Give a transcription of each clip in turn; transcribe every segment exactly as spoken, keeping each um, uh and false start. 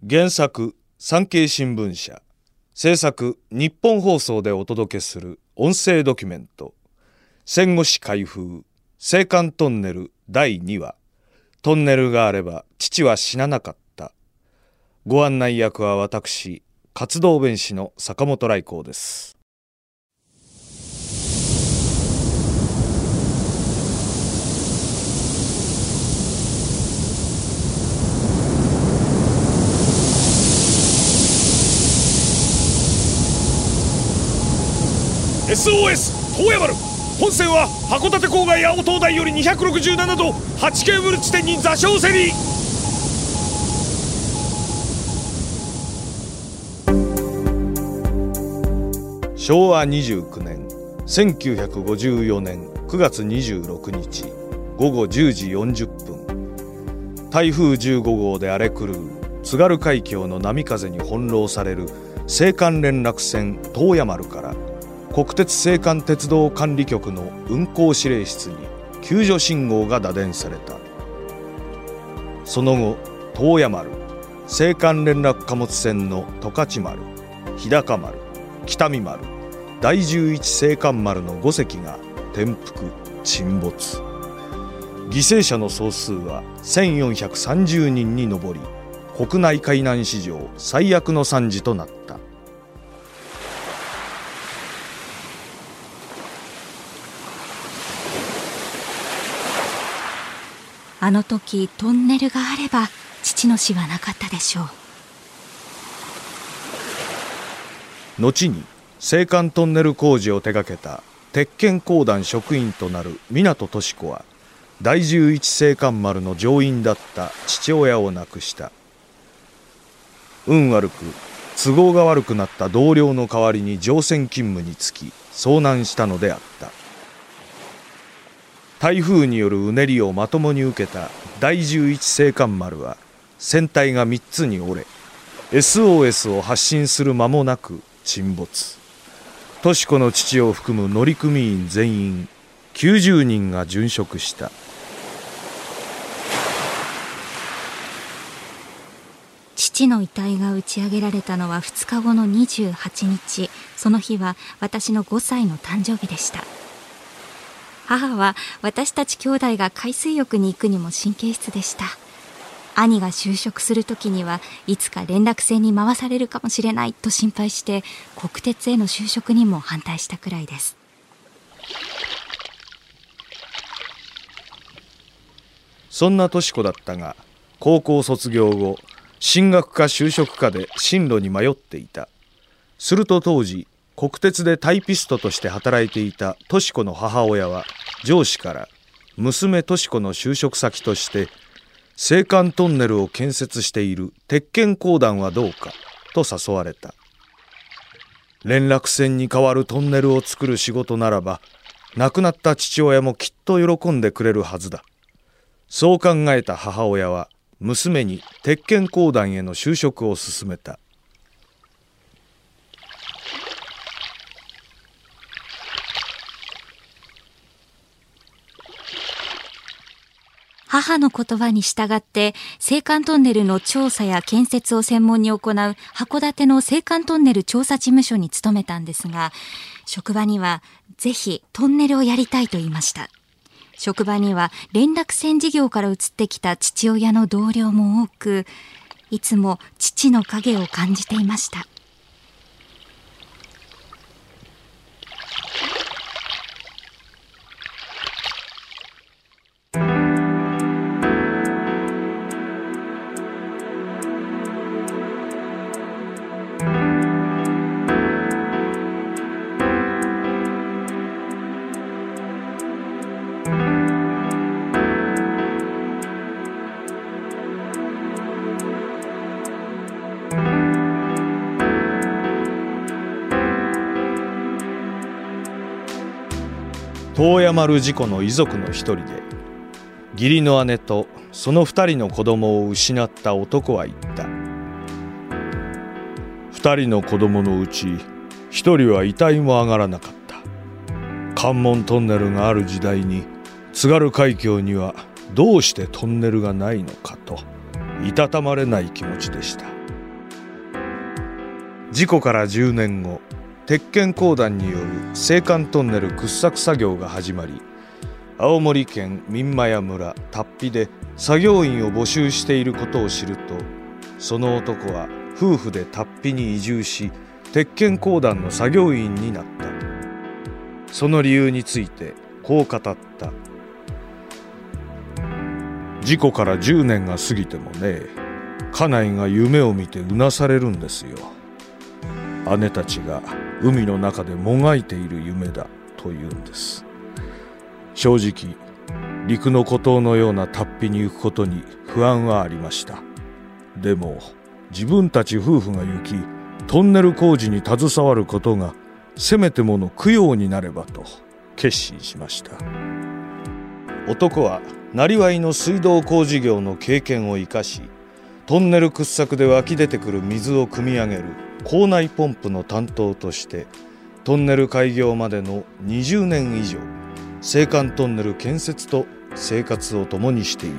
原作産経新聞社、制作日本放送でお届けする音声ドキュメント、戦後史開封青函トンネルだいにわ、トンネルがあれば父は死ななかった。ご案内役は私、活動弁士の坂本来光です。エスオーエス 東山丸、本線は函館郊外青灯台よりにひゃくろくじゅうななどはちケーブル地点に座礁せり。しょうわにじゅうきゅうねんせんきゅうひゃくごじゅうよねんくがつにじゅうろくにちごごじゅうじよんじゅっぷん、台風じゅうごごうで荒れ狂う津軽海峡の波風に翻弄される青函連絡船東山丸から国鉄青函鉄道管理局の運行指令室に救助信号が打電された。その後、東山丸、青函連絡貨物船の十勝丸、日高丸、北見丸、第じゅういち青函丸のごせきが転覆沈没。犠牲者の総数はせんよんひゃくさんじゅうにんに上り、国内海難史上最悪の惨事となった。 あの時トンネルがあれば父の死はなかったでしょう。後に青函トンネル工事を手掛けた鉄建公団職員となる湊俊子は第じゅういち青函丸の乗員だった父親を亡くした。運悪く都合が悪くなった同僚の代わりに乗船勤務に就き遭難したのであった。台風によるうねりをまともに受けた第じゅういち青函丸は船体がみっつに折れ エスオーエス を発信する間もなく沈没。俊子の父を含む乗組員全員きゅうじゅうにんが殉職した。 父の遺体が打ち上げられたのはふつかごのにじゅうはちにち。その日は私のごさいの誕生日でした。母は私たち兄弟が海水浴に行くにも神経質でした。兄が就職する時にはいつか連絡船に回されるかもしれないと心配して国鉄への就職にも反対したくらいです。 そんな俊子だったが、高校卒業後進学か就職かで進路に迷っていた。すると当時国鉄でタイピストとして働いていた俊子の母親は上司から娘俊子の就職先として青函トンネルを建設している鉄建公団はどうかと誘われた。連絡船に代わるトンネルを作る仕事ならば亡くなった父親もきっと喜んでくれるはずだ。そう考えた母親は娘に鉄建公団への就職を勧めた。 母の言葉に従って青函トンネルの調査や建設を専門に行う函館の青函トンネル調査事務所に勤めたんですが、職場にはぜひトンネルをやりたいと言いました。職場には連絡船事業から移ってきた父親の同僚も多く、いつも父の影を感じていました。 東山丸事故の遺族の一人で、義理の姉とその二人の子供を失った男は言った。二人の子供のうち一人は遺体も上がらなかった。関門トンネルがある時代に津軽海峡にはどうしてトンネルがないのかといたたまれない気持ちでした。 事故からじゅうねんご、鉄拳公団による青函トンネル掘削作業が始まり、青森県民間屋村龍飛で作業員を募集していることを知ると、その男は夫婦で龍飛に移住し、鉄拳公団の作業員になった。その理由についてこう語った。事故からじゅうねんが過ぎてもね、家内が夢を見てうなされるんですよ。姉たちが海の中でもがいている夢だと言うんです。正直、陸の孤島のような龍飛に行くことに不安はありました。でも自分たち夫婦が行き、トンネル工事に携わることがせめてもの供養になればと決心しました。男はなりわいの水道工事業の経験を生かし、トンネル掘削で湧き出てくる水を汲み上げる構内ポンプの担当として、トンネル開業までのにじゅうねん以上、青函トンネル建設と生活を共にしている。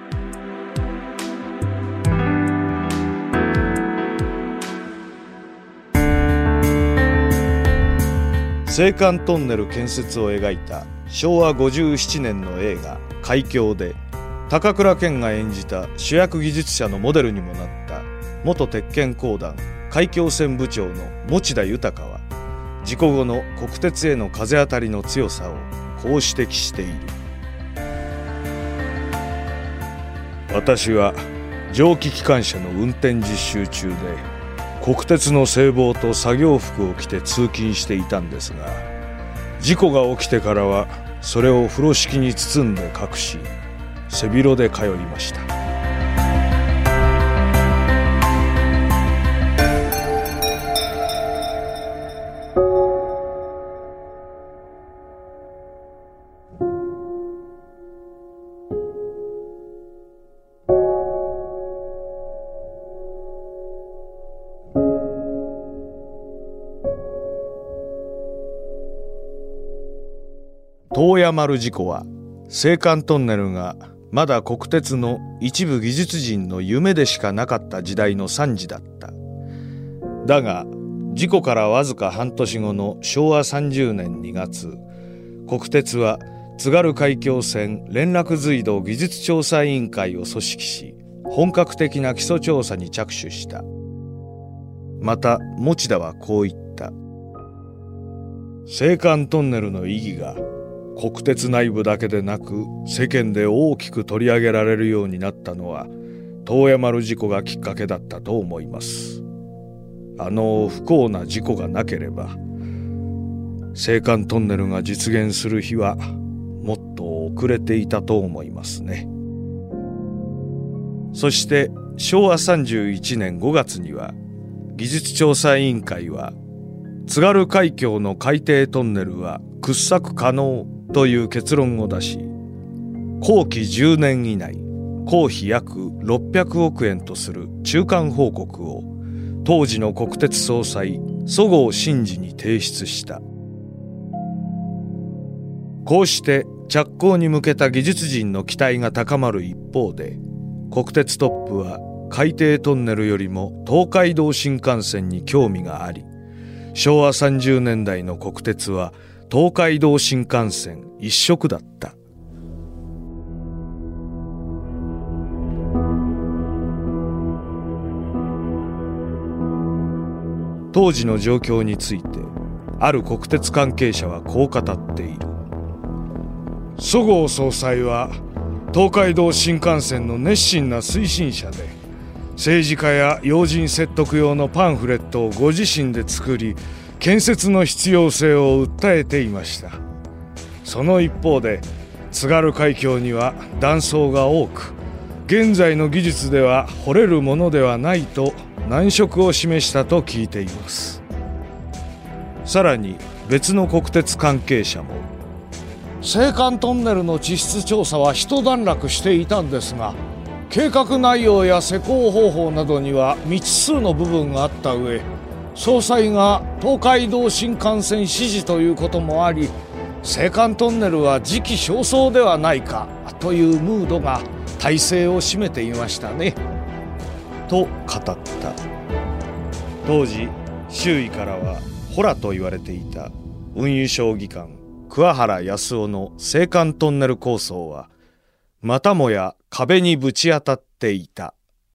青函トンネル建設を描いたしょうわごじゅうななねんの映画「海峡」で、高倉健が演じた主役技術者のモデルにもなった元鉄拳公団海峡線部長の持田豊は、事故後の国鉄への風当たりの強さをこう指摘している。私は蒸気機関車の運転実習中で、国鉄の制帽と作業服を着て通勤していたんですが、事故が起きてからはそれを風呂敷に包んで隠し、背広で通いました。洞爺丸事故は、青函トンネルがまだ国鉄の一部技術人の夢でしかなかった時代の惨事だった。だが事故からわずか半年後のしょうわさんじゅうねんにがつ、国鉄は津軽海峡線連絡隧道技術調査委員会を組織し、本格的な基礎調査に着手した。また持田はこう言った。青函トンネルの意義が国鉄内部だけでなく世間で大きく取り上げられるようになったのは、洞爺丸事故がきっかけだったと思います。あの不幸な事故がなければ、青函トンネルが実現する日はもっと遅れていたと思いますね。そしてしょうわさんじゅういちねんごがつには、技術調査委員会は津軽海峡の海底トンネルは掘削可能という結論を出し、後期じゅうねん以内、工費約ろっぴゃくおくえんとする中間報告を当時の国鉄総裁十河信二に提出した。こうして着工に向けた技術陣の期待が高まる一方で、国鉄トップは海底トンネルよりも東海道新幹線に興味があり、しょうわさんじゅうねんだいの国鉄は東海道新幹線一色だった。当時の状況について、ある国鉄関係者はこう語っている。十河総裁は東海道新幹線の熱心な推進者で、政治家や要人説得用のパンフレットをご自身で作り、建設の必要性を訴えていました。その一方で、津軽海峡には断層が多く、現在の技術では掘れるものではないと難色を示したと聞いています。さらに別の国鉄関係者も、青函トンネルの地質調査は一段落していたんですが、計画内容や施工方法などには未知数の部分があった上、総裁が東海道新幹線支持ということもあり、青函トンネルは時期尚早ではないかというムードが大勢を占めていましたね、と語った。当時周囲からはホラと言われていた運輸省技官桑原康夫の青函トンネル構想はまたもや壁にぶち当たっていた。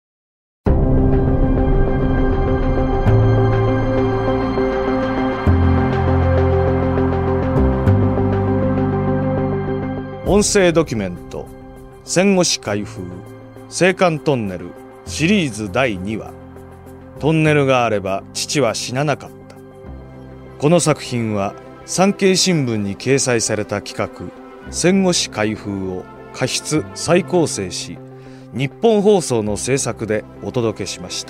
音声ドキュメント戦後史開封青函トンネルシリーズだいにわ、トンネルがあれば父は死ななかった。この作品は産経新聞に掲載された企画戦後史開封を加筆再構成し、日本放送の制作でお届けしました。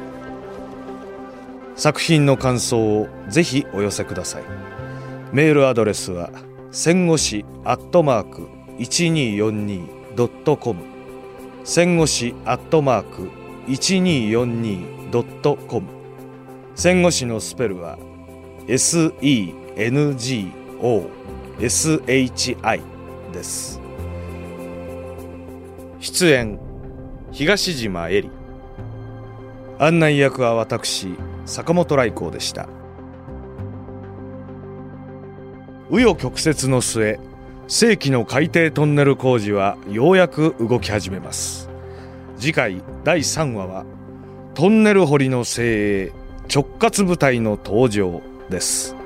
作品の感想をぜひお寄せください。メールアドレスは戦後史アットマーク いちにーよんにードットコム 戦後史アットマーク いちにーよんにードットコム 戦後史のスペルは エスイーエヌジーオーエスエイチアイ です。出演東島恵里、案内役は私坂本来光でした。紆余曲折の末、世紀の海底トンネル工事はようやく動き始めます。次回だいさんわはトンネル掘りの精鋭直轄部隊の登場です。